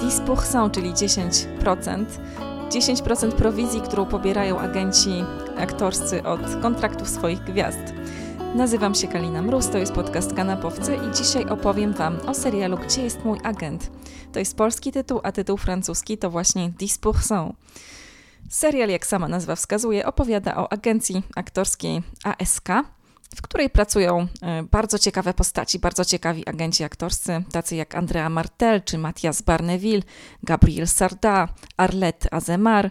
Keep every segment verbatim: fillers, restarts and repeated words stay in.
dix pour cent, czyli dziesięć procent. dziesięć procent prowizji, którą pobierają agenci aktorscy od kontraktów swoich gwiazd. Nazywam się Kalina Mróz, to jest podcast Kanapowcy i dzisiaj opowiem Wam o serialu Gdzie jest mój agent? To jest polski tytuł, a tytuł francuski to właśnie dix pour cent. Serial, jak sama nazwa wskazuje, opowiada o agencji aktorskiej A S K, w której pracują bardzo ciekawe postaci, bardzo ciekawi agenci aktorscy, tacy jak Andrea Martel czy Mathias Barneville, Gabriel Sarda, Arlette Azemar.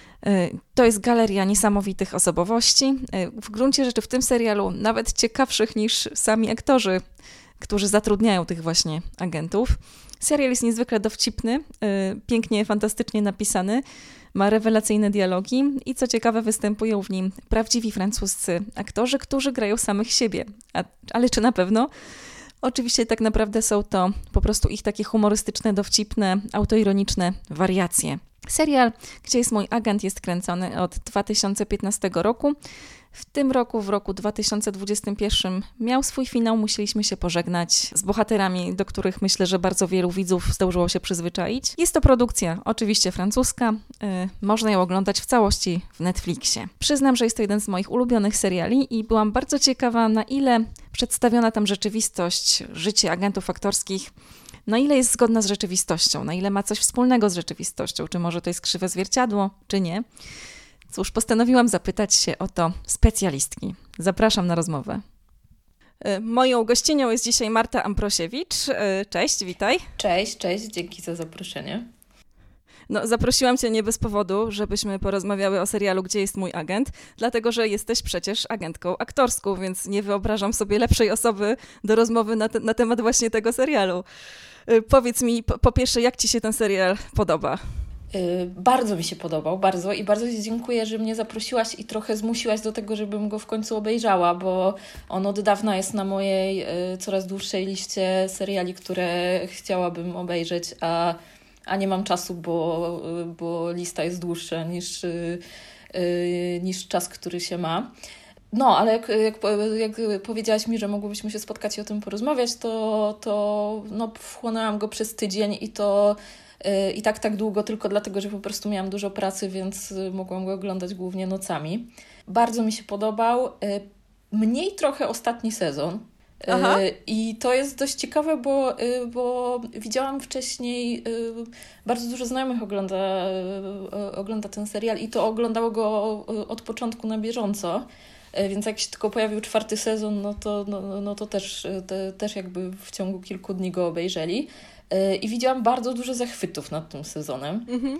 To jest galeria niesamowitych osobowości. W gruncie rzeczy w tym serialu nawet ciekawszych niż sami aktorzy, którzy zatrudniają tych właśnie agentów. Serial jest niezwykle dowcipny, pięknie, fantastycznie napisany, ma rewelacyjne dialogi i co ciekawe występują w nim prawdziwi francuscy aktorzy, którzy grają samych siebie. A, ale czy na pewno? Oczywiście tak naprawdę są to po prostu ich takie humorystyczne, dowcipne, autoironiczne wariacje. Serial Gdzie jest mój agent jest kręcony od dwa tysiące piętnastego roku. W tym roku, w roku dwa tysiące dwudziestym pierwszym miał swój finał. Musieliśmy się pożegnać z bohaterami, do których myślę, że bardzo wielu widzów zdążyło się przyzwyczaić. Jest to produkcja oczywiście francuska. Yy, można ją oglądać w całości w Netflixie. Przyznam, że jest to jeden z moich ulubionych seriali i byłam bardzo ciekawa, na ile przedstawiona tam rzeczywistość, życie agentów aktorskich, na ile jest zgodna z rzeczywistością, na ile ma coś wspólnego z rzeczywistością, czy może to jest krzywe zwierciadło, czy nie. Cóż, postanowiłam zapytać się o to specjalistki. Zapraszam na rozmowę. Moją gościnią jest dzisiaj Marta Amprosiewicz. Cześć, witaj. Cześć, cześć, dzięki za zaproszenie. No, zaprosiłam Cię nie bez powodu, żebyśmy porozmawiały o serialu Gdzie jest mój agent, dlatego że jesteś przecież agentką aktorską, więc nie wyobrażam sobie lepszej osoby do rozmowy na, te, na temat właśnie tego serialu. Powiedz mi po, po pierwsze, jak Ci się ten serial podoba? Yy, bardzo mi się podobał, bardzo i bardzo Ci dziękuję, że mnie zaprosiłaś i trochę zmusiłaś do tego, żebym go w końcu obejrzała, bo on od dawna jest na mojej yy, coraz dłuższej liście seriali, które chciałabym obejrzeć, a, a nie mam czasu, bo, yy, bo lista jest dłuższa niż, yy, yy, niż czas, który się ma. No, ale jak, jak, jak powiedziałaś mi, że mogłybyśmy się spotkać i o tym porozmawiać, to, to no, wchłonęłam go przez tydzień i to yy, i tak tak długo tylko dlatego, że po prostu miałam dużo pracy, więc mogłam go oglądać głównie nocami. Bardzo mi się podobał. Yy, mniej trochę ostatni sezon. Aha. Yy, I to jest dość ciekawe, bo, yy, bo widziałam wcześniej, yy, bardzo dużo znajomych ogląda, yy, ogląda ten serial i to oglądało go od początku na bieżąco. Więc jak się tylko pojawił czwarty sezon, no to, no, no to też, te, też jakby w ciągu kilku dni go obejrzeli. I widziałam bardzo dużo zachwytów nad tym sezonem. Mhm.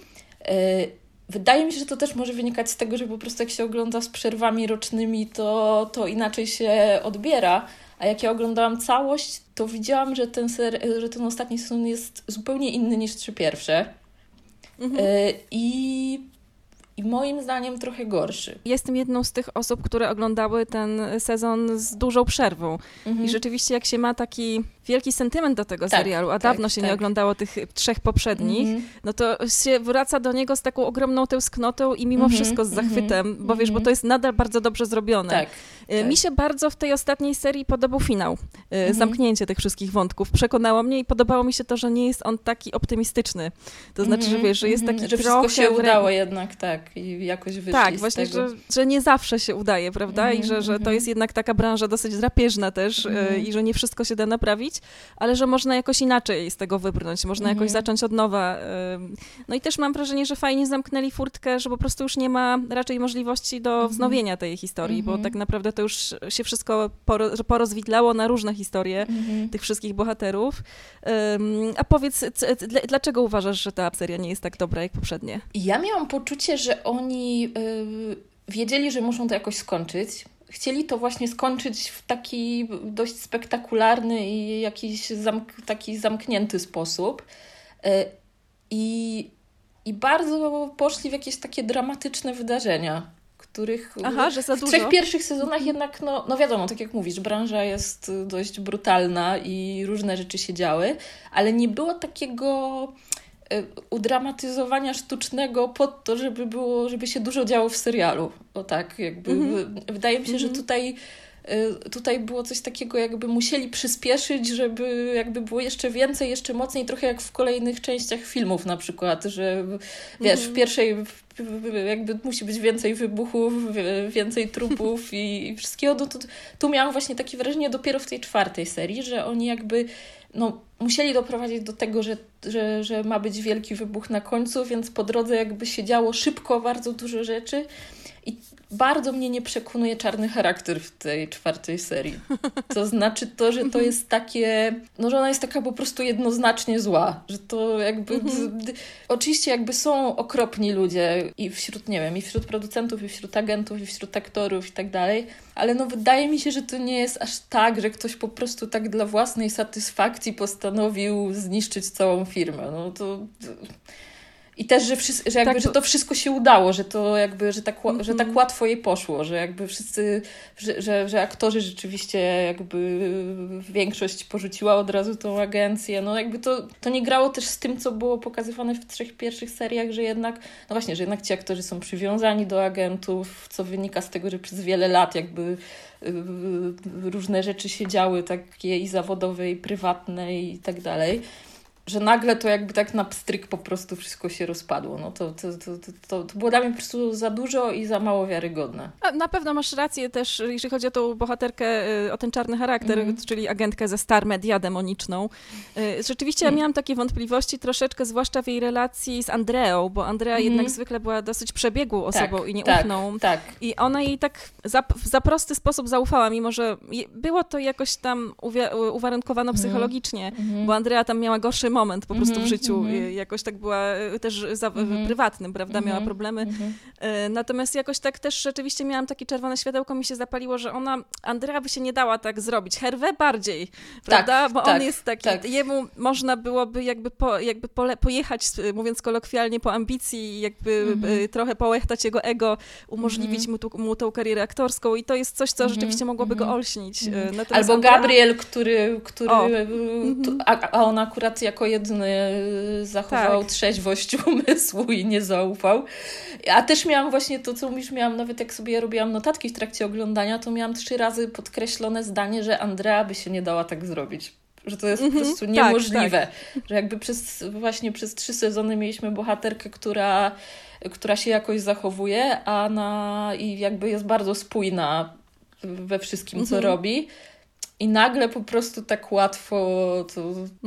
Wydaje mi się, że to też może wynikać z tego, że po prostu jak się ogląda z przerwami rocznymi, to, to inaczej się odbiera. A jak ja oglądałam całość, to widziałam, że ten, ser- że ten ostatni sezon jest zupełnie inny niż trzy pierwsze. Mhm. I... I moim zdaniem trochę gorszy. Jestem jedną z tych osób, które oglądały ten sezon z dużą przerwą. Mhm. I rzeczywiście jak się ma taki wielki sentyment do tego tak, serialu, a tak, dawno się tak. nie oglądało tych trzech poprzednich, mhm. no to się wraca do niego z taką ogromną tęsknotą i mimo mhm. wszystko z zachwytem, mhm. bo wiesz, bo to jest nadal bardzo dobrze zrobione. Tak, Mi tak. się bardzo w tej ostatniej serii podobał finał. Mhm. Zamknięcie tych wszystkich wątków przekonało mnie i podobało mi się to, że nie jest on taki optymistyczny. To znaczy, mhm. że wiesz, że jest taki mhm. że trochę... wszystko się udało jednak, tak. I jakoś wyszli Tak, z właśnie, tego. Że, że nie zawsze się udaje, prawda? Mm-hmm, I że, że to jest jednak taka branża dosyć drapieżna też mm-hmm. y, i że nie wszystko się da naprawić, ale że można jakoś inaczej z tego wybrnąć, można mm-hmm. jakoś zacząć od nowa. Y, no i też mam wrażenie, że fajnie zamknęli furtkę, że po prostu już nie ma raczej możliwości do mm-hmm. wznowienia tej historii, mm-hmm. bo tak naprawdę to już się wszystko poro, porozwidlało na różne historie mm-hmm. tych wszystkich bohaterów. Y, a powiedz, c- d- dlaczego uważasz, że ta seria nie jest tak dobra jak poprzednie? Ja miałam poczucie, że oni yy, wiedzieli, że muszą to jakoś skończyć. Chcieli to właśnie skończyć w taki dość spektakularny i jakiś zamk- taki zamknięty sposób. Yy, i, I bardzo poszli w jakieś takie dramatyczne wydarzenia, których Aha, że za w dużo. trzech pierwszych sezonach jednak, no, no wiadomo, tak jak mówisz, branża jest dość brutalna i różne rzeczy się działy, ale nie było takiego udramatyzowania sztucznego pod to, żeby było, żeby się dużo działo w serialu. O tak, jakby mm-hmm. wydaje mi się, mm-hmm. że tutaj tutaj było coś takiego, jakby musieli przyspieszyć, żeby jakby było jeszcze więcej, jeszcze mocniej, trochę jak w kolejnych częściach filmów na przykład, że wiesz, mm-hmm. w pierwszej jakby musi być więcej wybuchów, więcej trupów i, i wszystkiego. No to, tu miałam właśnie takie wrażenie dopiero w tej czwartej serii, że oni jakby no, musieli doprowadzić do tego, że, że, że ma być wielki wybuch na końcu, więc po drodze jakby się działo szybko bardzo dużo rzeczy i bardzo mnie nie przekonuje czarny charakter w tej czwartej serii. To znaczy to, że to jest takie, no że ona jest taka po prostu jednoznacznie zła, że to jakby, d- d- oczywiście jakby są okropni ludzie i wśród, nie wiem, i wśród producentów, i wśród agentów, i wśród aktorów i tak dalej, ale no wydaje mi się, że to nie jest aż tak, że ktoś po prostu tak dla własnej satysfakcji postanowił zniszczyć całą firmę. No to... to... I też, że, wszyscy, że, jakby, tak, że to wszystko się udało, że to jakby, że tak, mm-hmm. że tak łatwo jej poszło, że jakby wszyscy, że, że, że aktorzy rzeczywiście jakby większość porzuciła od razu tą agencję. No jakby to, to nie grało też z tym, co było pokazywane w trzech pierwszych seriach, że jednak, no właśnie, że jednak ci aktorzy są przywiązani do agentów, co wynika z tego, że przez wiele lat jakby różne rzeczy się działy, takie i zawodowe, i prywatne i tak dalej. Że nagle to jakby tak na pstryk po prostu wszystko się rozpadło. No to, to, to, to, to było dla mnie po prostu za dużo i za mało wiarygodne. A na pewno masz rację też, jeżeli chodzi o tą bohaterkę, o ten czarny charakter, mm. czyli agentkę ze Star Media demoniczną. Rzeczywiście ja miałam takie wątpliwości troszeczkę, zwłaszcza w jej relacji z Andreą, bo Andrea mm. jednak zwykle była dosyć przebiegłą osobą tak, i nieufną. Tak, tak. I ona jej tak za, w za prosty sposób zaufała, mimo że było to jakoś tam uwi- uwarunkowane psychologicznie, mm. bo Andrea tam miała gorszy moment po prostu mm-hmm, w życiu. Mm-hmm. Jakoś tak była też za, mm-hmm. prywatnym, prawda? Mm-hmm. Miała problemy. Mm-hmm. Natomiast jakoś tak też rzeczywiście miałam takie czerwone światełko, mi się zapaliło, że ona, Andrea by się nie dała tak zrobić. Hervé bardziej, prawda? Tak, bo tak, on jest taki, tak. Jemu można byłoby jakby, po, jakby pole, pojechać, mówiąc kolokwialnie, po ambicji, jakby mm-hmm. trochę połechtać jego ego, umożliwić mm-hmm. mu, tu, mu tą karierę aktorską i to jest coś, co mm-hmm. rzeczywiście mogłoby mm-hmm. go olśnić. Mm-hmm. Albo Andrea... Gabriel, który, który mm-hmm. a, a on akurat jako jedyny zachował tak. trzeźwość umysłu i nie zaufał. A też miałam właśnie to, co mówisz, miałam nawet jak sobie robiłam notatki w trakcie oglądania, to miałam trzy razy podkreślone zdanie, że Andrea by się nie dała tak zrobić. Że to jest mm-hmm. po prostu niemożliwe. Tak, tak. Że jakby przez, właśnie przez trzy sezony mieliśmy bohaterkę, która, która się jakoś zachowuje, a na, i jakby jest bardzo spójna we wszystkim, co mm-hmm. robi. I nagle po prostu tak łatwo to...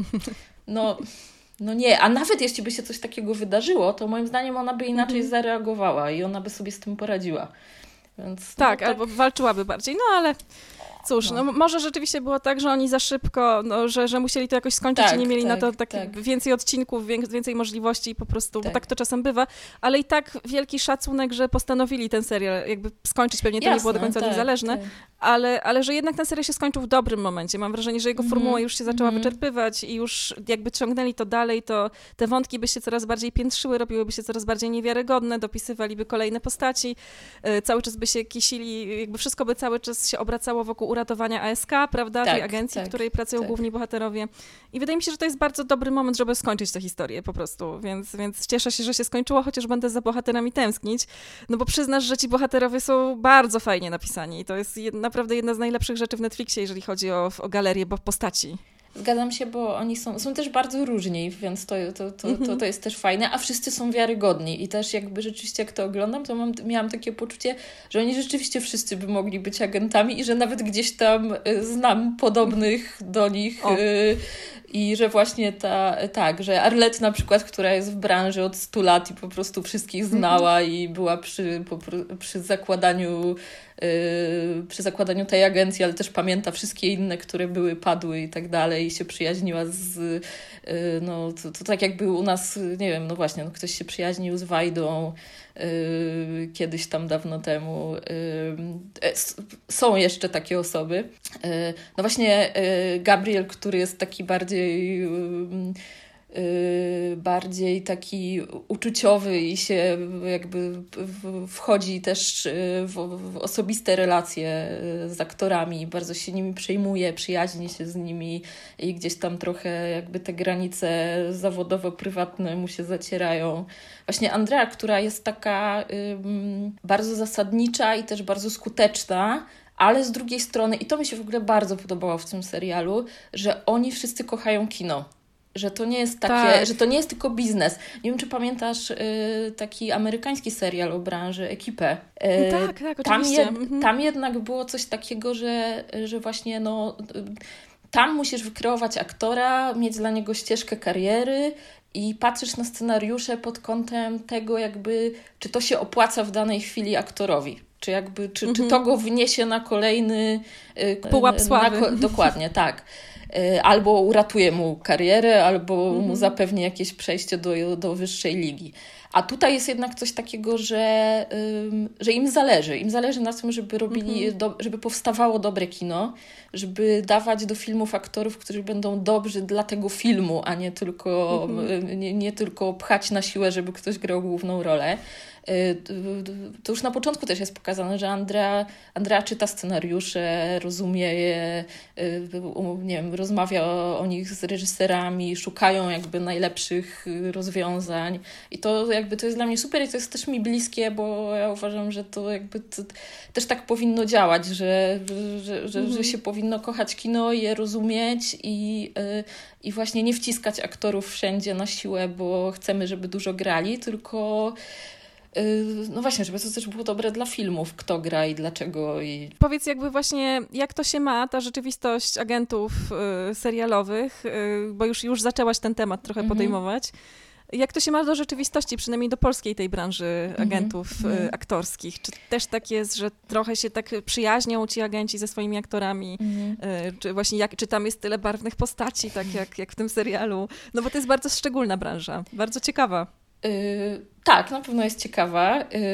No, no nie, a nawet jeśli by się coś takiego wydarzyło, to moim zdaniem ona by inaczej mm-hmm. zareagowała i ona by sobie z tym poradziła. Więc, tak, no, tak, albo walczyłaby bardziej, no ale cóż, no. no może rzeczywiście było tak, że oni za szybko, no, że, że musieli to jakoś skończyć tak, i nie mieli tak, na to tak, tak. więcej odcinków, więcej możliwości i po prostu, tak. bo tak to czasem bywa, ale i tak wielki szacunek, że postanowili ten serial jakby skończyć, pewnie to Jasne, nie było do końca tak, niezależne, tak. ale, ale że jednak ten serial się skończył w dobrym momencie. Mam wrażenie, że jego formuła mm. już się zaczęła mm. wyczerpywać i już jakby ciągnęli to dalej, to te wątki by się coraz bardziej piętrzyły, robiłyby się coraz bardziej niewiarygodne, dopisywaliby kolejne postaci, yy, cały czas by się kisili, jakby wszystko by cały czas się obracało wokół uratowania A S K, prawda, tak, tej agencji, tak, w której pracują tak. główni bohaterowie. I wydaje mi się, że to jest bardzo dobry moment, żeby skończyć tę historię po prostu, więc, więc cieszę się, że się skończyło, chociaż będę za bohaterami tęsknić, no bo przyznasz, że ci bohaterowie są bardzo fajnie napisani i to jest jed, naprawdę jedna z najlepszych rzeczy w Netflixie, jeżeli chodzi o, o galerię postaci. Zgadzam się, bo oni są, są też bardzo różni, więc to, to, to, to, to jest też fajne, a wszyscy są wiarygodni i też jakby rzeczywiście jak to oglądam, to mam, miałam takie poczucie, że oni rzeczywiście wszyscy by mogli być agentami i że nawet gdzieś tam y, znam podobnych do nich y, i że właśnie ta, tak, że Arlette na przykład, która jest w branży od stu lat i po prostu wszystkich znała i była przy, po, przy zakładaniu Yy, przy zakładaniu tej agencji, ale też pamięta wszystkie inne, które były, padły i tak dalej i się przyjaźniła z, yy, no to, to tak jakby u nas, nie wiem, no właśnie, no ktoś się przyjaźnił z Wajdą yy, kiedyś tam dawno temu. Yy, są jeszcze takie osoby. Yy, no właśnie yy, Gabriel, który jest taki bardziej yy, Yy, bardziej taki uczuciowy i się jakby w, wchodzi też w, w osobiste relacje z aktorami, bardzo się nimi przejmuje, przyjaźni się z nimi i gdzieś tam trochę jakby te granice zawodowo-prywatne mu się zacierają. Właśnie Andrea, która jest taka yy, bardzo zasadnicza i też bardzo skuteczna, ale z drugiej strony, i to mi się w ogóle bardzo podobało w tym serialu, że oni wszyscy kochają kino. Że to nie jest takie, tak. że to nie jest tylko biznes. Nie wiem, czy pamiętasz y, taki amerykański serial o branży Ekipę. Y, tak, tak, tam, oczywiście. jed, mhm. tam jednak było coś takiego, że, że właśnie no, y, tam musisz wykreować aktora, mieć dla niego ścieżkę kariery i patrzysz na scenariusze pod kątem tego jakby, czy to się opłaca w danej chwili aktorowi. Czy jakby, czy, mhm. czy to go wniesie na kolejny... Y, Pułap sławy. Na, dokładnie, tak. Albo uratuje mu karierę, albo mhm. mu zapewni jakieś przejście do, do wyższej ligi. A tutaj jest jednak coś takiego, że, ym, że im zależy. Im zależy na tym, żeby robili, mhm. do, żeby powstawało dobre kino, żeby dawać do filmów aktorów, którzy będą dobrzy dla tego filmu, a nie tylko, mhm. nie, nie tylko pchać na siłę, żeby ktoś grał główną rolę. To już na początku też jest pokazane, że Andrea, Andrea czyta scenariusze, rozumie je, nie wiem, rozmawia o nich z reżyserami, szukają jakby najlepszych rozwiązań i to jakby to jest dla mnie super i to jest też mi bliskie, bo ja uważam, że to jakby to też tak powinno działać, że, że, że, mhm. że się powinno kochać kino, je rozumieć i, i właśnie nie wciskać aktorów wszędzie na siłę, bo chcemy, żeby dużo grali, tylko no właśnie, żeby to też było dobre dla filmów, kto gra i dlaczego. I... Powiedz jakby właśnie, jak to się ma, ta rzeczywistość agentów y, serialowych, y, bo już, już zaczęłaś ten temat trochę mhm. podejmować. Jak to się ma do rzeczywistości, przynajmniej do polskiej tej branży agentów mm-hmm. y, aktorskich? Czy też tak jest, że trochę się tak przyjaźnią ci agenci ze swoimi aktorami? Mm-hmm. Y, czy właśnie jak, czy tam jest tyle barwnych postaci, tak jak, jak w tym serialu? No bo to jest bardzo szczególna branża, bardzo ciekawa. Yy, tak, na pewno jest ciekawa.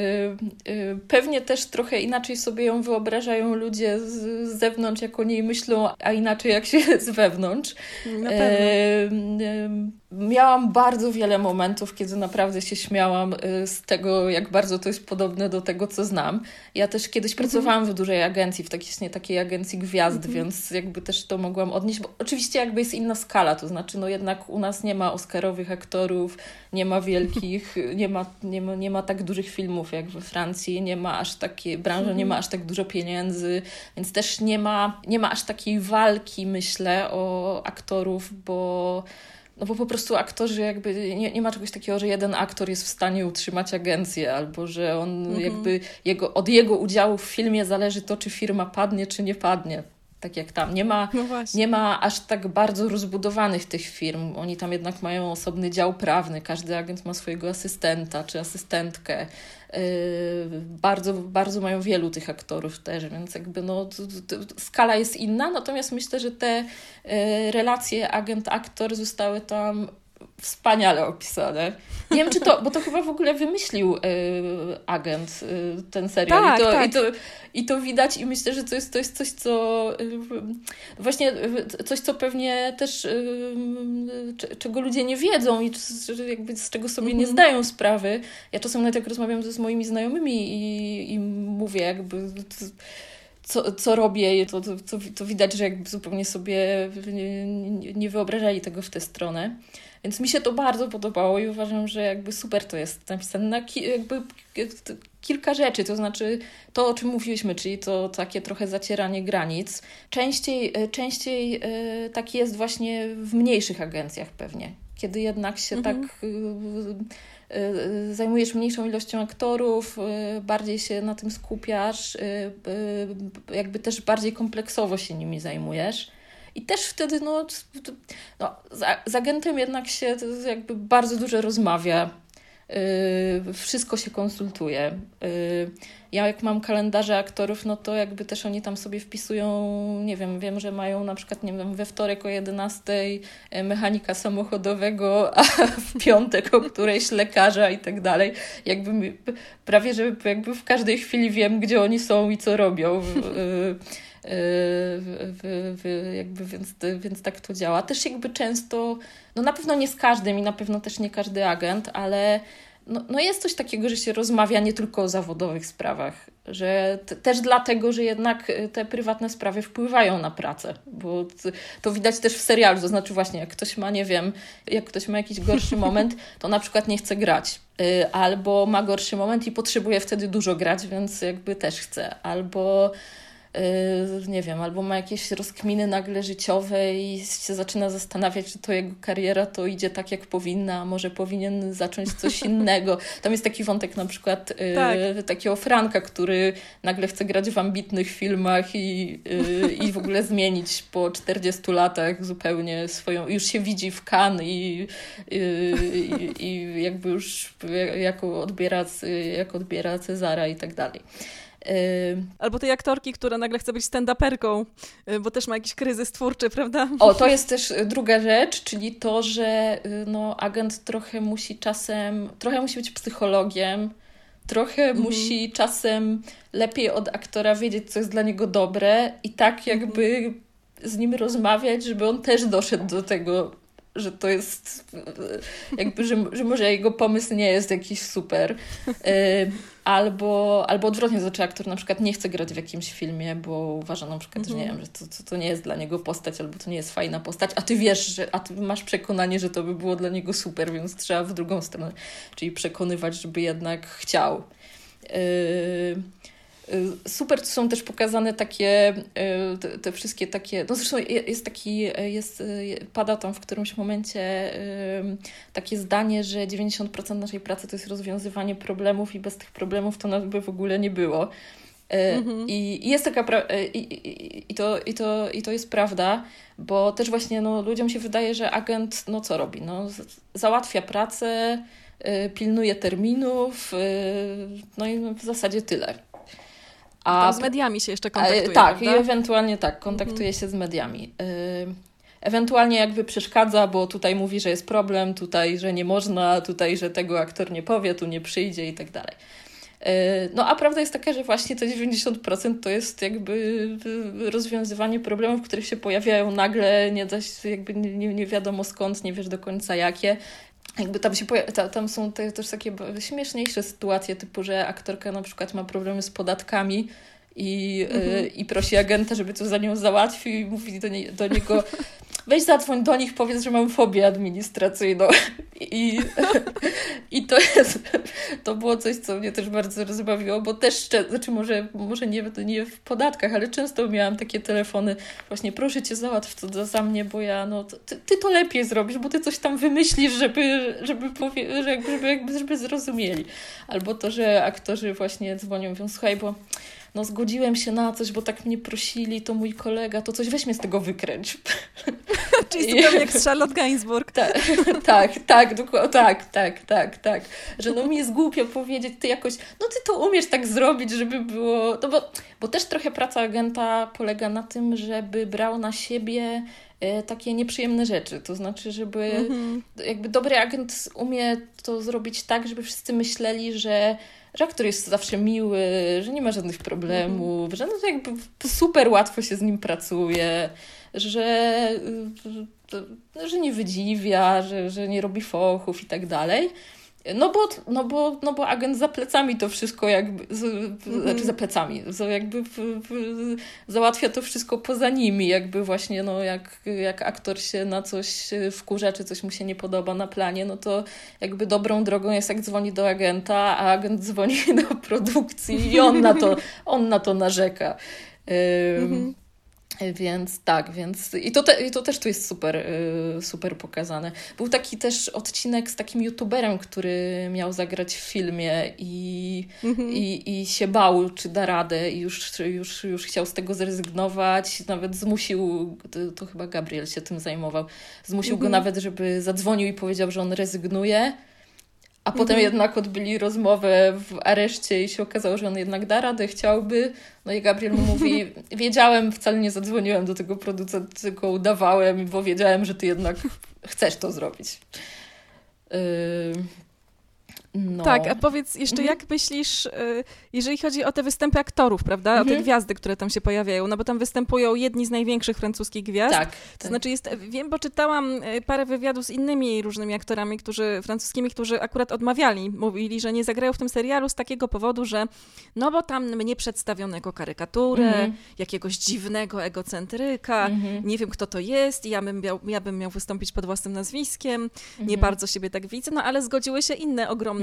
Yy, yy, pewnie też trochę inaczej sobie ją wyobrażają ludzie z, z zewnątrz, jak o niej myślą, a inaczej jak się z wewnątrz. Na pewno. Yy, yy, miałam bardzo wiele momentów, kiedy naprawdę się śmiałam yy, z tego, jak bardzo to jest podobne do tego, co znam. Ja też kiedyś mm-hmm. pracowałam w dużej agencji, w takiej, takiej agencji gwiazd, mm-hmm. więc jakby też to mogłam odnieść, bo oczywiście jakby jest inna skala, to znaczy no jednak u nas nie ma oscarowych aktorów, nie ma wielkich, nie ma, nie ma, nie ma tak dużych filmów jak we Francji, nie ma aż takiej, branża nie ma aż tak dużo pieniędzy, więc też nie ma, nie ma aż takiej walki, myślę, o aktorów, bo no bo po prostu aktorzy jakby, nie, nie ma czegoś takiego, że jeden aktor jest w stanie utrzymać agencję, albo że on mm-hmm. jakby, jego, od jego udziału w filmie zależy to, czy firma padnie, czy nie padnie. Tak jak tam. Nie ma, no nie ma aż tak bardzo rozbudowanych tych firm. Oni tam jednak mają osobny dział prawny. Każdy agent ma swojego asystenta czy asystentkę. Yy, bardzo, bardzo mają wielu tych aktorów też, więc jakby no, to, to, to skala jest inna. Natomiast myślę, że te yy, relacje agent-aktor zostały tam wspaniale opisane. Nie wiem, czy to, bo to chyba w ogóle wymyślił y, agent y, ten serial. Tak, I, to, tak. i, to, I to widać i myślę, że to jest, to jest coś, co y, właśnie y, coś, co pewnie też y, y, czego ludzie nie wiedzą i jakby z czego sobie mm-hmm. nie zdają sprawy. Ja czasem nawet jak rozmawiam z moimi znajomymi i, i mówię jakby... Co, co robię, to, to, to widać, że jakby zupełnie sobie nie, nie wyobrażali tego w tę stronę. Więc mi się to bardzo podobało i uważam, że jakby super to jest napisane na ki- jakby kilka rzeczy, to znaczy to, o czym mówiliśmy, czyli to takie trochę zacieranie granic. Częściej, częściej tak jest właśnie w mniejszych agencjach pewnie, kiedy jednak się mhm. tak... zajmujesz mniejszą ilością aktorów, bardziej się na tym skupiasz, jakby też bardziej kompleksowo się nimi zajmujesz. I też wtedy no, no, z agentem jednak się jakby bardzo dużo rozmawia, wszystko się konsultuje. Ja jak mam kalendarze aktorów, no to jakby też oni tam sobie wpisują, nie wiem, wiem, że mają na przykład, nie wiem, we wtorek o jedenastej mechanika samochodowego, a w piątek o którejś lekarza i tak dalej. Jakby mi, prawie, że jakby w każdej chwili wiem, gdzie oni są i co robią. W, w, jakby, więc, więc tak to działa. Też jakby często, no na pewno nie z każdym i na pewno też nie każdy agent, ale no, no jest coś takiego, że się rozmawia nie tylko o zawodowych sprawach, że t- też dlatego, że jednak te prywatne sprawy wpływają na pracę, bo t- to widać też w serialu, to znaczy właśnie jak ktoś ma, nie wiem, jak ktoś ma jakiś gorszy moment, to na przykład nie chce grać, y, albo ma gorszy moment i potrzebuje wtedy dużo grać, więc jakby też chce, albo nie wiem, albo ma jakieś rozkminy nagle życiowe i się zaczyna zastanawiać, czy to jego kariera to idzie tak, jak powinna, a może powinien zacząć coś innego. Tam jest taki wątek na przykład tak. takiego Franka, który nagle chce grać w ambitnych filmach i, i w ogóle zmienić po czterdziestu latach zupełnie swoją, już się widzi w Cannes i, i, i jakby już jako odbiera, jako odbiera Cezara i tak dalej. Albo tej aktorki, która nagle chce być stand-uperką, bo też ma jakiś kryzys twórczy, prawda? O, to jest też druga rzecz, czyli to, że no, agent trochę musi czasem, trochę musi być psychologiem, trochę mhm. musi czasem lepiej od aktora wiedzieć, co jest dla niego dobre i tak jakby mhm. z nim rozmawiać, żeby on też doszedł do tego, że to jest jakby, że, że może jego pomysł nie jest jakiś super. Albo, albo odwrotnie, to znaczy aktor na przykład nie chce grać w jakimś filmie, bo uważa na przykład, mm-hmm. że nie wiem, że to, to, to nie jest dla niego postać, albo to nie jest fajna postać, a ty wiesz, że, a ty masz przekonanie, że to by było dla niego super, więc trzeba w drugą stronę, czyli przekonywać, żeby jednak chciał. Yy... Super są też pokazane takie, te, te wszystkie takie, no zresztą jest taki, jest, pada tam w którymś momencie takie zdanie, że dziewięćdziesiąt procent naszej pracy to jest rozwiązywanie problemów i bez tych problemów to nas by w ogóle nie było. Mhm. I, i jest taka pra- i, i, i, to, i, to, i to jest prawda, bo też właśnie no, ludziom się wydaje, że agent no co robi? No, załatwia pracę, pilnuje terminów, no i w zasadzie tyle. A z mediami się jeszcze kontaktuje, Tak, prawda? I ewentualnie tak, kontaktuje się z mediami. Yy, ewentualnie jakby przeszkadza, bo tutaj mówi, że jest problem, tutaj, że nie można, tutaj, że tego aktor nie powie, tu nie przyjdzie i tak dalej. Yy, no a prawda jest taka, że właśnie te dziewięćdziesiąt procent to jest jakby rozwiązywanie problemów, które się pojawiają nagle, nie, da się, jakby nie, nie wiadomo skąd, nie wiesz do końca jakie. Jakby tam, się poja- tam są te, też takie śmieszniejsze sytuacje, typu, że aktorka na przykład ma problemy z podatkami i, mhm. y, i prosi agenta, żeby to za nią załatwił i mówi do, nie, do niego weź zadzwoń do nich, powiedz, że mam fobię administracyjną. I, i to jest, to było coś, co mnie też bardzo rozbawiło, bo też, znaczy może, może nie, nie w podatkach, ale często miałam takie telefony, właśnie proszę cię załatw to za mnie, bo ja, no ty, ty to lepiej zrobisz, bo ty coś tam wymyślisz, żeby, żeby, powie, żeby, żeby, żeby zrozumieli. Albo to, że aktorzy właśnie dzwonią, mówią, słuchaj, bo no zgodziłem się na coś, bo tak mnie prosili, to mój kolega, to coś weź mnie z tego wykręć. Czyli zupełnie jak z Charlotte Gainsbourg. Tak, tak, tak, dokładnie, tak, tak, tak, tak. Że no mi jest głupio powiedzieć, ty jakoś, no ty to umiesz tak zrobić, żeby było, no bo, bo też trochę praca agenta polega na tym, żeby brał na siebie e, takie nieprzyjemne rzeczy, to znaczy, żeby mm-hmm. jakby dobry agent umie to zrobić tak, żeby wszyscy myśleli, że że aktor jest zawsze miły, że nie ma żadnych problemów, mm. że no to jakby super łatwo się z nim pracuje, że, że nie wydziwia, że, że nie robi fochów i tak dalej. No bo, no, bo, no bo agent za plecami to wszystko jakby, z, mm-hmm. znaczy za plecami, jakby w, w, załatwia to wszystko poza nimi, jakby właśnie no jak, jak aktor się na coś wkurza, czy coś mu się nie podoba na planie, no to jakby dobrą drogą jest jak dzwoni do agenta, a agent dzwoni do produkcji i on na to, on na to narzeka. Um, mm-hmm. Więc tak, więc i to, te, i to też tu jest super, yy, super pokazane. Był taki też odcinek z takim youtuberem, który miał zagrać w filmie i, mm-hmm. i, i się bał, czy da radę i już, już, już chciał z tego zrezygnować. Nawet zmusił, to, to chyba Gabriel się tym zajmował, zmusił mm-hmm. go nawet, żeby zadzwonił i powiedział, że on rezygnuje. A potem mhm. jednak odbyli rozmowę w areszcie i się okazało, że on jednak da radę, chciałby. No i Gabriel mu mówi, wiedziałem, wcale nie zadzwoniłem do tego producenta, tylko udawałem, bo wiedziałem, że ty jednak chcesz to zrobić. Yy... No. Tak, a powiedz jeszcze, mhm. jak myślisz, jeżeli chodzi o te występy aktorów, prawda, mhm. o te gwiazdy, które tam się pojawiają, no bo tam występują jedni z największych francuskich gwiazd. Tak. To tak. znaczy jest, wiem, bo czytałam parę wywiadów z innymi różnymi aktorami, którzy, francuskimi, którzy akurat odmawiali, mówili, że nie zagrają w tym serialu z takiego powodu, że no bo tam mnie przedstawiono jako karykaturę, mhm. jakiegoś dziwnego egocentryka, mhm. nie wiem kto to jest i ja bym miał, ja bym miał wystąpić pod własnym nazwiskiem, mhm. nie bardzo siebie tak widzę, no ale zgodziły się inne ogromne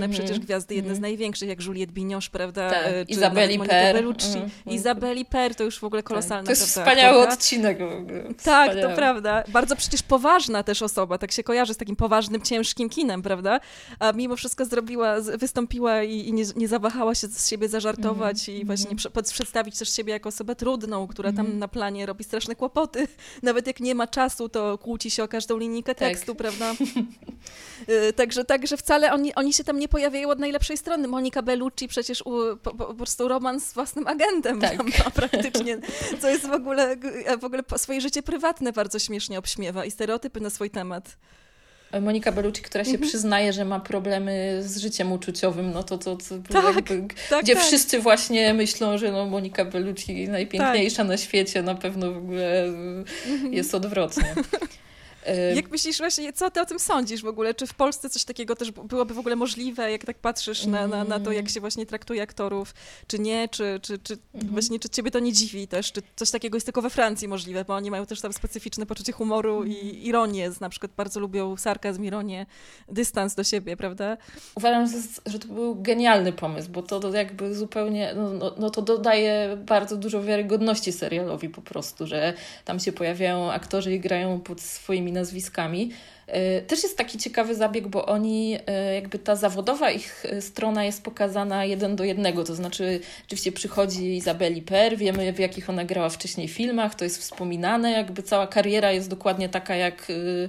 ogromne mm-hmm. przecież gwiazdy, jedne mm-hmm. z największych, jak Juliette Binoche, prawda? Tak. Czy Izabeli Per. Bellucci. Mm-hmm. Izabeli Per to już w ogóle kolosalna, tak. To jest prawda, wspaniały aktorka. odcinek. W ogóle. Tak, Wspaniały. to prawda. Bardzo przecież poważna też osoba, tak się kojarzy z takim poważnym, ciężkim kinem, prawda? A mimo wszystko zrobiła, wystąpiła i, i nie, nie zawahała się z siebie zażartować mm-hmm. i właśnie mm-hmm. przedstawić też siebie jako osobę trudną, która mm-hmm. tam na planie robi straszne kłopoty. Nawet jak nie ma czasu, to kłóci się o każdą linijkę tekstu, tak. prawda? Także, także wcale oni, oni się tam nie pojawiają od najlepszej strony. Monika Bellucci przecież u, po, po prostu romans z własnym agentem tak. tam ma praktycznie, co jest w ogóle, w ogóle swoje życie prywatne bardzo śmiesznie obśmiewa i stereotypy na swój temat. Monika Bellucci, która się mhm. przyznaje, że ma problemy z życiem uczuciowym, no to to, to tak, jakby, tak, gdzie tak. wszyscy właśnie myślą, że no Monika Bellucci najpiękniejsza tak. na świecie, na pewno w ogóle mhm. jest odwrotnie. Jak myślisz właśnie, co ty o tym sądzisz w ogóle? Czy w Polsce coś takiego też byłoby w ogóle możliwe, jak tak patrzysz na, na, na to, jak się właśnie traktuje aktorów, czy nie? Czy, czy, czy mm-hmm. właśnie, czy ciebie to nie dziwi też? Czy coś takiego jest tylko we Francji możliwe, bo oni mają też tam specyficzne poczucie humoru mm. i ironię, na przykład bardzo lubią sarkazm, ironię, dystans do siebie, prawda? Uważam, że to był genialny pomysł, bo to jakby zupełnie, no, no, no to dodaje bardzo dużo wiarygodności serialowi po prostu, że tam się pojawiają aktorzy i grają pod swoimi nazwiskami. Też jest taki ciekawy zabieg, bo oni, jakby ta zawodowa ich strona jest pokazana jeden do jednego, to znaczy oczywiście przychodzi Izabeli Per, wiemy w jakich ona grała wcześniej filmach, to jest wspominane, jakby cała kariera jest dokładnie taka jak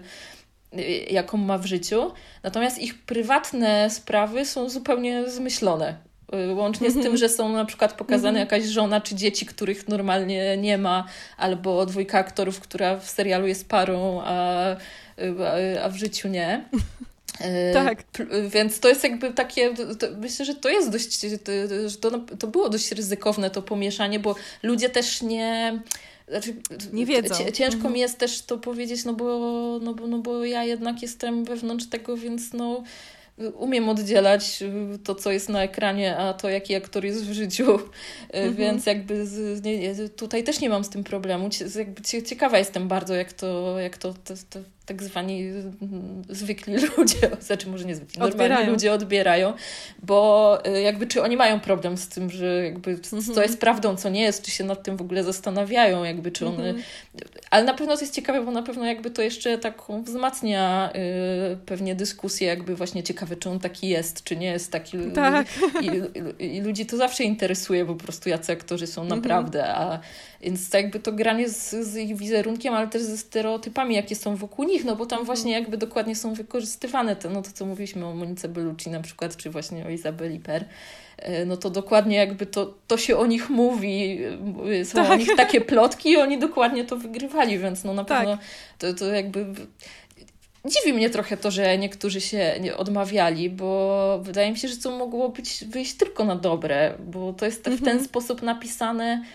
jaką ma w życiu, natomiast ich prywatne sprawy są zupełnie zmyślone. Łącznie z tym, że są na przykład pokazane jakaś żona czy dzieci, których normalnie nie ma, albo dwójka aktorów, która w serialu jest parą, a, a, a w życiu nie. Tak. Więc to jest jakby takie, to, myślę, że to jest dość, to, że to, to było dość ryzykowne to pomieszanie, bo ludzie też nie... Znaczy, nie wiedzą. Ciężko mhm. mi jest też to powiedzieć, no bo, no, bo, no bo ja jednak jestem wewnątrz tego, więc no umiem oddzielać to, co jest na ekranie, a to, jaki aktor jest w życiu, mhm. więc jakby z, nie, nie, tutaj też nie mam z tym problemu. Jakby ciekawa jestem bardzo, jak to, jak to, to, to tak zwani zwykli ludzie, znaczy może nie zwykli, normalni odbierają. ludzie odbierają, bo jakby czy oni mają problem z tym, że jakby mhm. co jest prawdą, co nie jest, czy się nad tym w ogóle zastanawiają, jakby czy one... Mhm. Ale na pewno to jest ciekawe, bo na pewno jakby to jeszcze taką wzmacnia y, pewnie dyskusję, jakby właśnie ciekawe, czy on taki jest, czy nie jest taki. Tak. I, i, i ludzi to zawsze interesuje po prostu, jacy aktorzy są mhm. naprawdę, a więc to jakby to granie z, z ich wizerunkiem, ale też ze stereotypami, jakie są wokół nich, no bo tam właśnie jakby dokładnie są wykorzystywane te, no to co mówiliśmy o Monice Bellucci na przykład, czy właśnie o Izabeli Per, no to dokładnie jakby to, to się o nich mówi, są tak. o nich takie plotki i oni dokładnie to wygrywali, więc no na pewno tak. to, to jakby... Dziwi mnie trochę to, że niektórzy się nie odmawiali, bo wydaje mi się, że to mogło być, wyjść tylko na dobre, bo to jest w ten sposób napisane,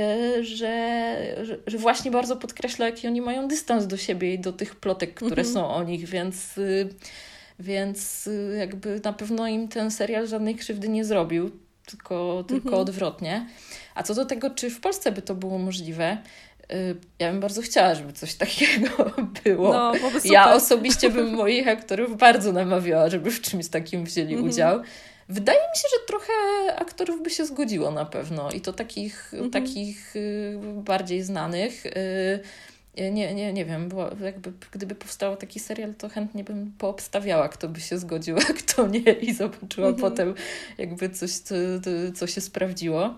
Że, że, że właśnie bardzo podkreśla, jaki oni mają dystans do siebie i do tych plotek, które mm-hmm. są o nich, więc, więc jakby na pewno im ten serial żadnej krzywdy nie zrobił, tylko, tylko mm-hmm. odwrotnie. A co do tego, czy w Polsce by to było możliwe, ja bym bardzo chciała, żeby coś takiego było. No, ja osobiście bym moich aktorów bardzo namawiała, żeby w czymś takim wzięli mm-hmm. udział. Wydaje mi się, że trochę aktorów by się zgodziło na pewno i to takich, mhm. takich bardziej znanych. Nie, nie, nie wiem, bo jakby gdyby powstał taki serial, to chętnie bym poobstawiała, kto by się zgodził, a kto nie i zobaczyła mhm. potem jakby coś, co, co się sprawdziło.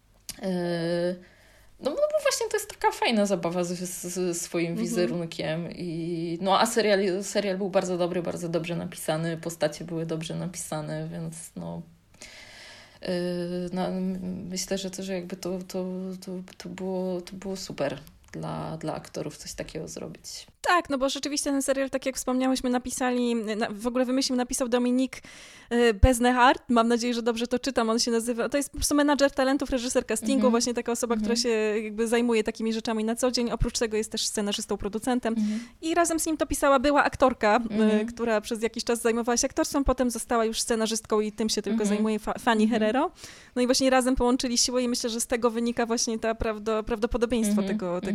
No, no bo właśnie to jest taka fajna zabawa z, z swoim mhm. wizerunkiem i no a serial, serial był bardzo dobry, bardzo dobrze napisany, postacie były dobrze napisane, więc no, yy, no myślę, że to, że jakby to, to, to, to, było, to było super dla, dla aktorów coś takiego zrobić. Tak, no bo rzeczywiście ten serial, tak jak wspomniałyśmy, napisali, w ogóle wymyślił, napisał Dominique Besnehard, mam nadzieję, że dobrze to czytam, on się nazywa, to jest po prostu menadżer talentów, reżyser castingu, mm-hmm. właśnie taka osoba, mm-hmm. która się jakby zajmuje takimi rzeczami na co dzień, oprócz tego jest też scenarzystą, producentem mm-hmm. i razem z nim to pisała była aktorka, mm-hmm. która przez jakiś czas zajmowała się aktorstwem, potem została już scenarzystką i tym się tylko mm-hmm. zajmuje fa- Fanny mm-hmm. Herrero, no i właśnie razem połączyli siły i myślę, że z tego wynika właśnie ta prawdo, prawdopodobieństwo mm-hmm. tego, tego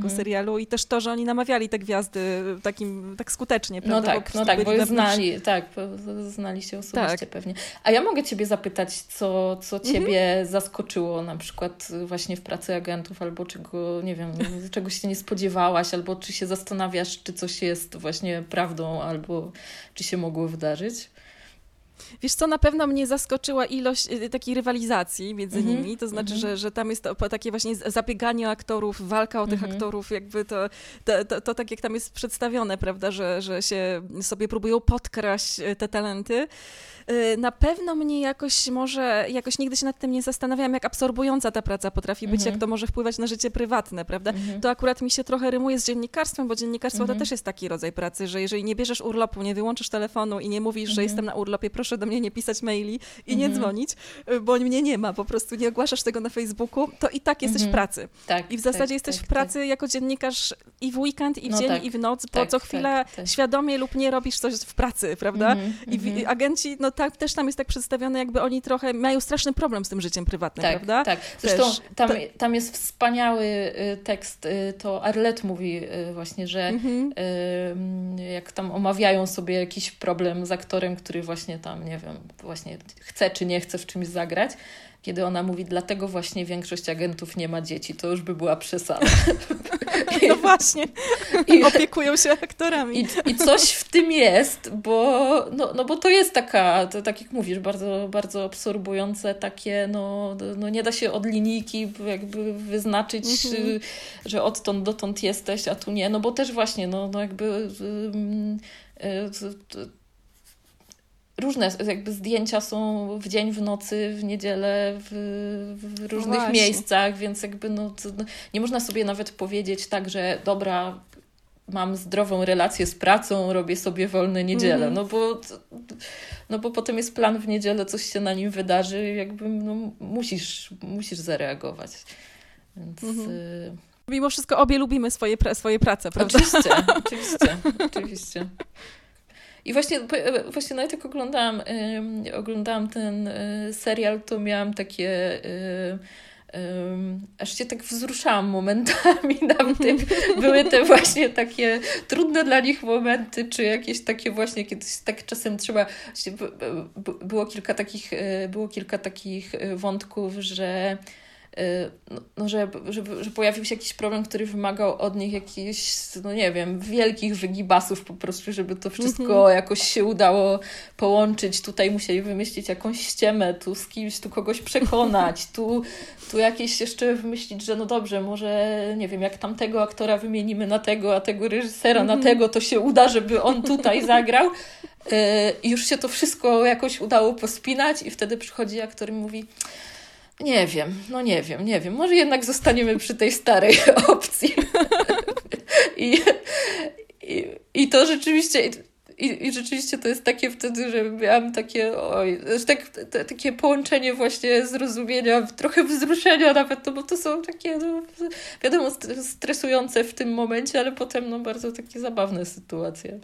tego serialu i też to, że oni namawiali te gwiazdy takim tak skutecznie, prawda? No tak, bo no tak, bo wewnątrz... znali, tak, znali się osobiście tak. pewnie. A ja mogę ciebie zapytać, co, co ciebie mhm. zaskoczyło na przykład właśnie w pracy agentów, albo czego, nie wiem, czego się nie spodziewałaś, albo czy się zastanawiasz, czy coś jest właśnie prawdą, albo czy się mogło wydarzyć? Wiesz co, na pewno mnie zaskoczyła ilość y, takiej rywalizacji między mm-hmm. nimi, to znaczy, mm-hmm. że, że tam jest to, takie właśnie zabieganie o aktorów, walka o tych mm-hmm. aktorów, jakby to, to, to, to tak jak tam jest przedstawione, prawda, że, że się sobie próbują podkraść te talenty. Na pewno mnie jakoś może, jakoś nigdy się nad tym nie zastanawiałam, jak absorbująca ta praca potrafi być, mm-hmm. jak to może wpływać na życie prywatne, prawda? Mm-hmm. To akurat mi się trochę rymuje z dziennikarstwem, bo dziennikarstwo mm-hmm. to też jest taki rodzaj pracy, że jeżeli nie bierzesz urlopu, nie wyłączysz telefonu i nie mówisz, mm-hmm. że jestem na urlopie, proszę do mnie nie pisać maili i mm-hmm. nie dzwonić, bo mnie nie ma, po prostu nie ogłaszasz tego na Facebooku, to i tak jesteś mm-hmm. w pracy. Tak, I w zasadzie tak, jesteś tak, w pracy tak. jako dziennikarz i w weekend, i w no dzień, tak, i w noc, bo tak, co chwilę tak, tak. świadomie lub nie robisz coś w pracy, prawda? Mm-hmm. I w, agenci, no tak, też tam jest tak przedstawione, jakby oni trochę mają straszny problem z tym życiem prywatnym, tak, prawda? Tak, zresztą tam, tam jest wspaniały tekst, to Arlette mówi właśnie, że mm-hmm. jak tam omawiają sobie jakiś problem z aktorem, który właśnie tam, nie wiem, właśnie chce czy nie chce w czymś zagrać, kiedy ona mówi, dlatego właśnie większość agentów nie ma dzieci, to już by była przesada. No właśnie, I, opiekują się aktorami. I, I coś w tym jest, bo, no, no bo to jest taka, to, tak jak mówisz, bardzo, bardzo absorbujące takie, no, no nie da się od linijki jakby wyznaczyć, mm-hmm. że odtąd dotąd jesteś, a tu nie, no bo też właśnie, no, no jakby... Yy, yy, Różne jakby zdjęcia są w dzień, w nocy, w niedzielę, w, w różnych no miejscach, więc jakby no, to, no, nie można sobie nawet powiedzieć tak, że dobra, mam zdrową relację z pracą, robię sobie wolne niedzielę, mm. no, bo, no bo potem jest plan w niedzielę, coś się na nim wydarzy, jakby no, musisz, musisz zareagować. Więc... Mm-hmm. Y... Mimo wszystko obie lubimy swoje, swoje prace, prawda? Oczywiście, oczywiście, oczywiście. I właśnie, właśnie nawet jak oglądałam, y, oglądałam ten y, serial, to miałam takie... Y, y, aż się tak wzruszałam momentami. Tam te, były te właśnie takie trudne dla nich momenty, czy jakieś takie właśnie, kiedy tak czasem trzeba... Było kilka takich, było kilka takich wątków, że... No, no że, że, że pojawił się jakiś problem, który wymagał od nich jakichś, no nie wiem, wielkich wygibasów po prostu, żeby to wszystko mm-hmm. jakoś się udało połączyć. Tutaj musieli wymyślić jakąś ściemę, tu z kimś, tu kogoś przekonać, tu, tu jakieś jeszcze wymyślić, że no dobrze, może nie wiem, jak tamtego aktora wymienimy na tego, a tego reżysera mm-hmm. na tego, to się uda, żeby on tutaj zagrał. I już się to wszystko jakoś udało pospinać i wtedy przychodzi aktor i mówi: Nie wiem, no nie wiem, nie wiem. Może jednak zostaniemy przy tej starej opcji. I, i, i to rzeczywiście... I, I rzeczywiście to jest takie wtedy, że miałam takie, oj, tak, t, takie połączenie właśnie zrozumienia, trochę wzruszenia nawet, no bo to są takie, no, wiadomo, stresujące w tym momencie, ale potem no, bardzo takie zabawne sytuacje.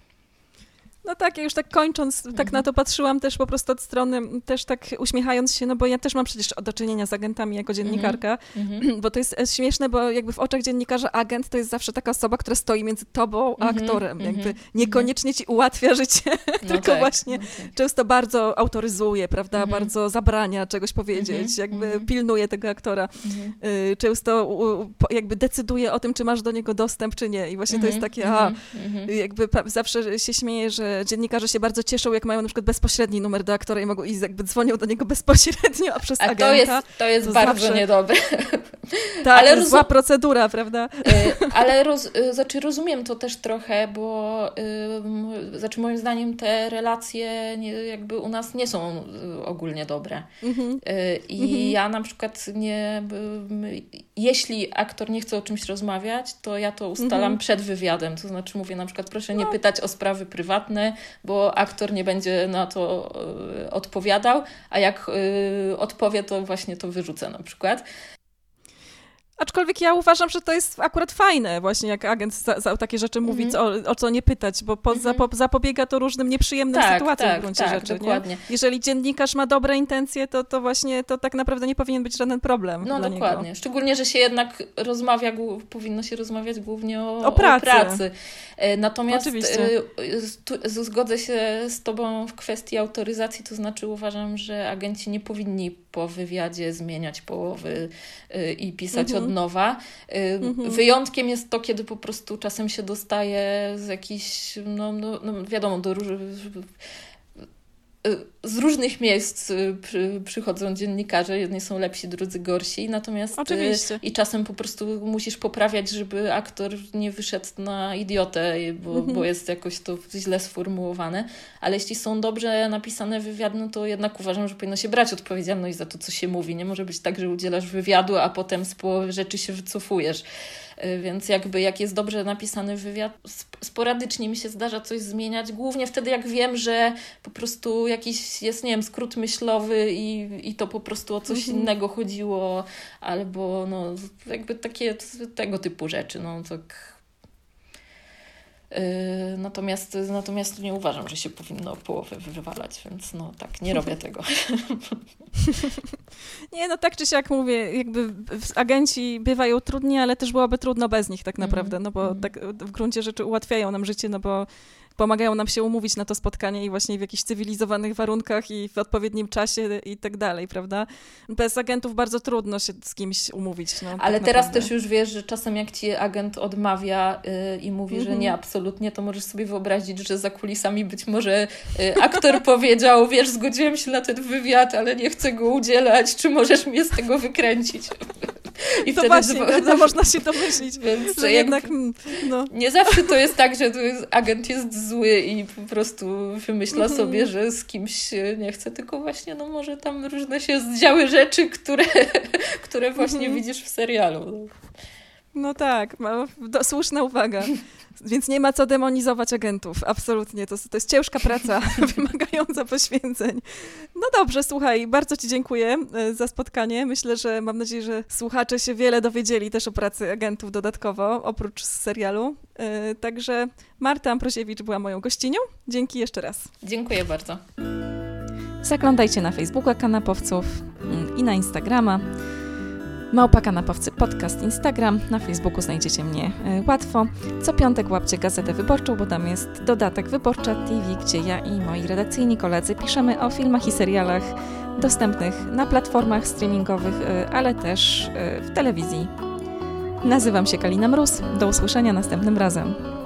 No tak, ja już tak kończąc, tak mhm. na to patrzyłam też po prostu od strony, też tak uśmiechając się, no bo ja też mam przecież do czynienia z agentami jako dziennikarka, mhm. bo to jest śmieszne, bo jakby w oczach dziennikarza agent to jest zawsze taka osoba, która stoi między tobą a mhm. aktorem, mhm. jakby niekoniecznie ci ułatwia życie, no tylko tak, właśnie no tak. często bardzo autoryzuje, prawda, mhm. bardzo zabrania czegoś powiedzieć, mhm. jakby mhm. pilnuje tego aktora, mhm. y, często u, jakby decyduje o tym, czy masz do niego dostęp, czy nie i właśnie mhm. to jest takie, aha, mhm. jakby pa, zawsze się śmieję, że dziennikarze się bardzo cieszą, jak mają na przykład bezpośredni numer do aktora i mogą i jakby dzwonią do niego bezpośrednio, a przez a agenta. To jest, to jest to bardzo zawsze... niedobre. Tak, ale roz... zła procedura, prawda? Ale roz, znaczy rozumiem to też trochę, bo yy, znaczy moim zdaniem te relacje nie, jakby u nas nie są ogólnie dobre. Mm-hmm. Yy, I mm-hmm. ja na przykład nie... Yy, jeśli aktor nie chce o czymś rozmawiać, to ja to ustalam mm-hmm. przed wywiadem. To znaczy mówię na przykład, proszę nie no. pytać o sprawy prywatne, bo aktor nie będzie na to y, odpowiadał, a jak y, odpowie, to właśnie to wyrzucę na przykład. Aczkolwiek ja uważam, że to jest akurat fajne właśnie, jak agent za, za takie rzeczy mówi, mm-hmm. co, o co nie pytać, bo po, mm-hmm. zapo, zapobiega to różnym nieprzyjemnym tak, sytuacjom tak, w gruncie tak, rzeczy. Dokładnie. Nie? Jeżeli dziennikarz ma dobre intencje, to, to właśnie to tak naprawdę nie powinien być żaden problem No dla dokładnie. niego. Szczególnie, że się jednak rozmawia, powinno się rozmawiać głównie o, o pracy. O pracy. Natomiast Oczywiście. Tu, zgodzę się z tobą w kwestii autoryzacji, to znaczy uważam, że agenci nie powinni po wywiadzie zmieniać połowy i pisać mm-hmm. od nowa. Mm-hmm. Wyjątkiem jest to, kiedy po prostu czasem się dostaje z jakichś, no, no, no wiadomo, do różnych z różnych miejsc przy, przychodzą dziennikarze, jedni są lepsi, drudzy gorsi, natomiast Oczywiście. i czasem po prostu musisz poprawiać, żeby aktor nie wyszedł na idiotę, bo, mm-hmm. bo jest jakoś to źle sformułowane, ale jeśli są dobrze napisane wywiady, no to jednak uważam, że powinno się brać odpowiedzialność za to, co się mówi. Nie może być tak, że udzielasz wywiadu, a potem z połowy rzeczy się wycofujesz. Więc jakby jak jest dobrze napisany wywiad, sporadycznie mi się zdarza coś zmieniać, głównie wtedy jak wiem, że po prostu jakiś jest, nie wiem, skrót myślowy i, i to po prostu o coś mm-hmm. innego chodziło, albo no jakby takie tego typu rzeczy, no tak. Yy, natomiast, natomiast nie uważam, że się powinno połowę wywalać, więc no tak, nie robię tego. Nie, no tak czy siak mówię, jakby agenci bywają trudni, ale też byłoby trudno bez nich tak naprawdę, no bo mm. tak w gruncie rzeczy ułatwiają nam życie, no bo pomagają nam się umówić na to spotkanie i właśnie w jakichś cywilizowanych warunkach i w odpowiednim czasie i tak dalej, prawda? Bez agentów bardzo trudno się z kimś umówić. No, ale tak teraz naprawdę. też już wiesz, że czasem jak ci agent odmawia yy, i mówi, mm-hmm. że nie, absolutnie, to możesz sobie wyobrazić, że za kulisami być może yy, aktor powiedział, wiesz, zgodziłem się na ten wywiad, ale nie chcę go udzielać, czy możesz mnie z tego wykręcić? I to właśnie, dzwo- prawda, można się domyślić, więc że jednak no. Nie zawsze to jest tak, że to jest, agent jest zły i po prostu wymyśla mm-hmm. sobie, że z kimś nie chce, tylko właśnie no może tam różne się zdziały rzeczy, które, które właśnie mm-hmm. widzisz w serialu. No tak, ma, do, słuszna uwaga. Więc nie ma co demonizować agentów, absolutnie. To, to jest ciężka praca, wymagająca poświęceń. No dobrze, słuchaj, bardzo ci dziękuję za spotkanie. Myślę, że mam nadzieję, że słuchacze się wiele dowiedzieli też o pracy agentów dodatkowo, oprócz z serialu. Także Marta Amprosiewicz była moją gościnią. Dzięki jeszcze raz. Dziękuję bardzo. Zaglądajcie na Facebooka Kanapowców i na Instagrama. Małpa Kanapowcy Podcast Instagram. Na Facebooku znajdziecie mnie łatwo. Co piątek łapcie Gazetę Wyborczą, bo tam jest dodatek Wyborcza T V, gdzie ja i moi redakcyjni koledzy piszemy o filmach i serialach dostępnych na platformach streamingowych, ale też w telewizji. Nazywam się Kalina Mróz. Do usłyszenia następnym razem.